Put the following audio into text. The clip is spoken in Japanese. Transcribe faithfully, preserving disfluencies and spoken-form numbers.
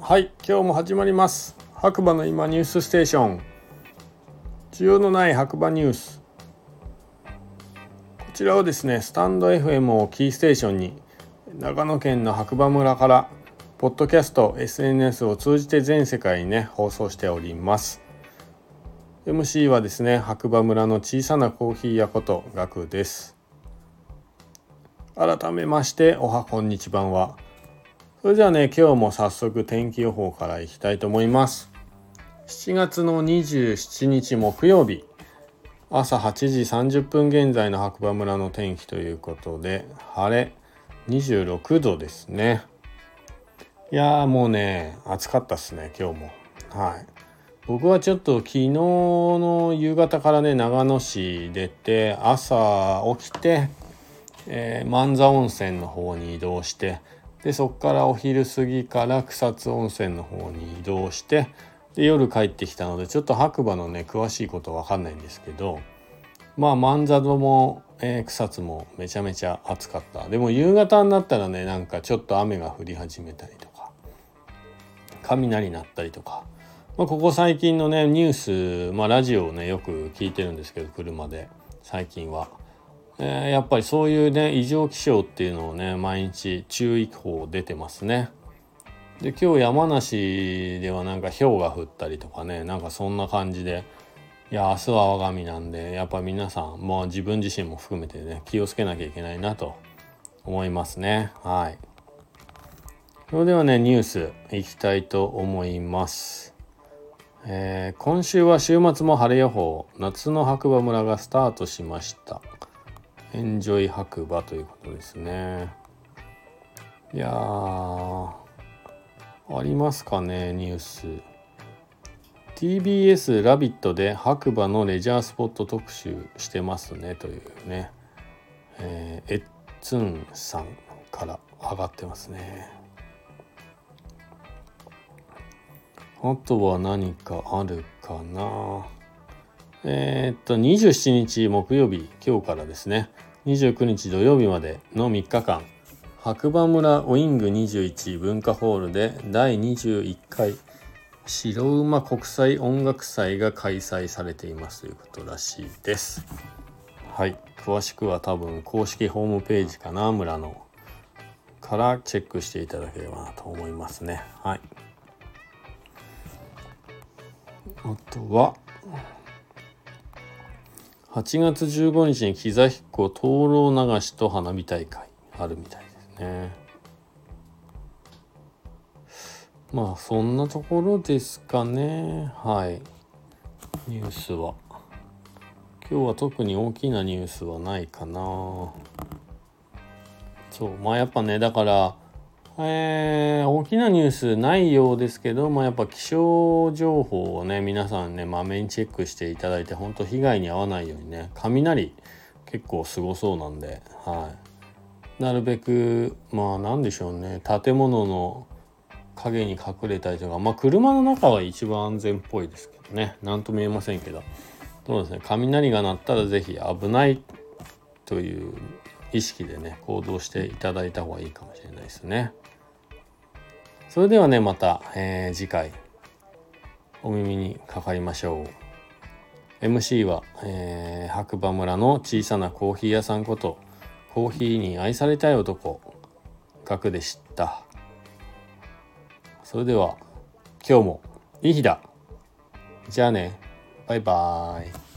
はい、今日も始まります。白馬の今ニュースステーション。需要のない白馬ニュース。こちらはですね、スタンド エフエム をキーステーションに長野県の白馬村からポッドキャスト、エスエヌエス を通じて全世界にね放送しております。エムシー はですね、白馬村の小さなコーヒー屋ことガクです。改めましておはこんにちばんは。それではね、今日も早速天気予報からいきたいと思います。しちがつのにじゅうしちにち木曜日、朝はちじさんじゅっぷん現在の白馬村の天気ということで、晴れにじゅうろくどですね。いやーもうね、暑かったっすね、今日も。はい。僕はちょっと昨日の夕方からね、長野市出て、朝起きて、えー、万座温泉の方に移動して、でそこからお昼過ぎから草津温泉の方に移動して、で夜帰ってきたのでちょっと白馬のね詳しいことは分かんないんですけど、まあ万座戸も、えー、草津もめちゃめちゃ暑かった。でも夕方になったらね、なんかちょっと雨が降り始めたりとか雷鳴ったりとか、まあ、ここ最近のねニュース、まあラジオをねよく聞いてるんですけど、車で最近はえー、やっぱりそういうね異常気象っていうのをね毎日注意報出てますね。で今日山梨ではなんか氷が降ったりとかね、なんかそんな感じで、いや明日は我が身なんで、やっぱ皆さんもう自分自身も含めてね気をつけなきゃいけないなと思いますね。はい。それではねニュースいきたいと思います。えー、今週は週末も晴れ予報、夏の白馬村がスタートしました。エンジョイ白馬ということですね。いやー、ありますかねニュース。 ティービーエス ラビットで白馬のレジャースポット特集してますねというね、えー、エッツンさんから上がってますね。あとは何かあるかな。えー、っとにじゅうしちにち木曜日、今日からですねにじゅうくにち土曜日までのみっかかん、白馬村ウィングにじゅういち文化ホールでだいにじゅういっかい白馬国際音楽祭が開催されていますということらしいです。はい、詳しくは多分公式ホームページかな、村のからチェックしていただければなと思いますね。はい。あとははちがつじゅうごにちに木座彦灯籠流しと花火大会あるみたいですね。まあそんなところですかね。はい。ニュースは今日は特に大きなニュースはないかな。そうまあやっぱね、だからえー、大きなニュースないようですけど、まあ、やっぱ気象情報をね皆さんねまめにチェックしていただいて、本当被害に遭わないようにね、雷結構すごそうなんで、はい、なるべくまあなんでしょうね、建物の影に隠れたりとか、まあ車の中は一番安全っぽいですけどね、なんとも言えませんけど、そうですね、雷が鳴ったらぜひ危ないという意識でね行動していただいた方がいいかもしれないですね。それではねまた、えー、次回お耳にかかりましょう。 エムシー は、えー、白馬村の小さなコーヒー屋さんことコーヒーに愛されたい男ガクでした。それでは今日もいい日だ。じゃあね、バイバーイ。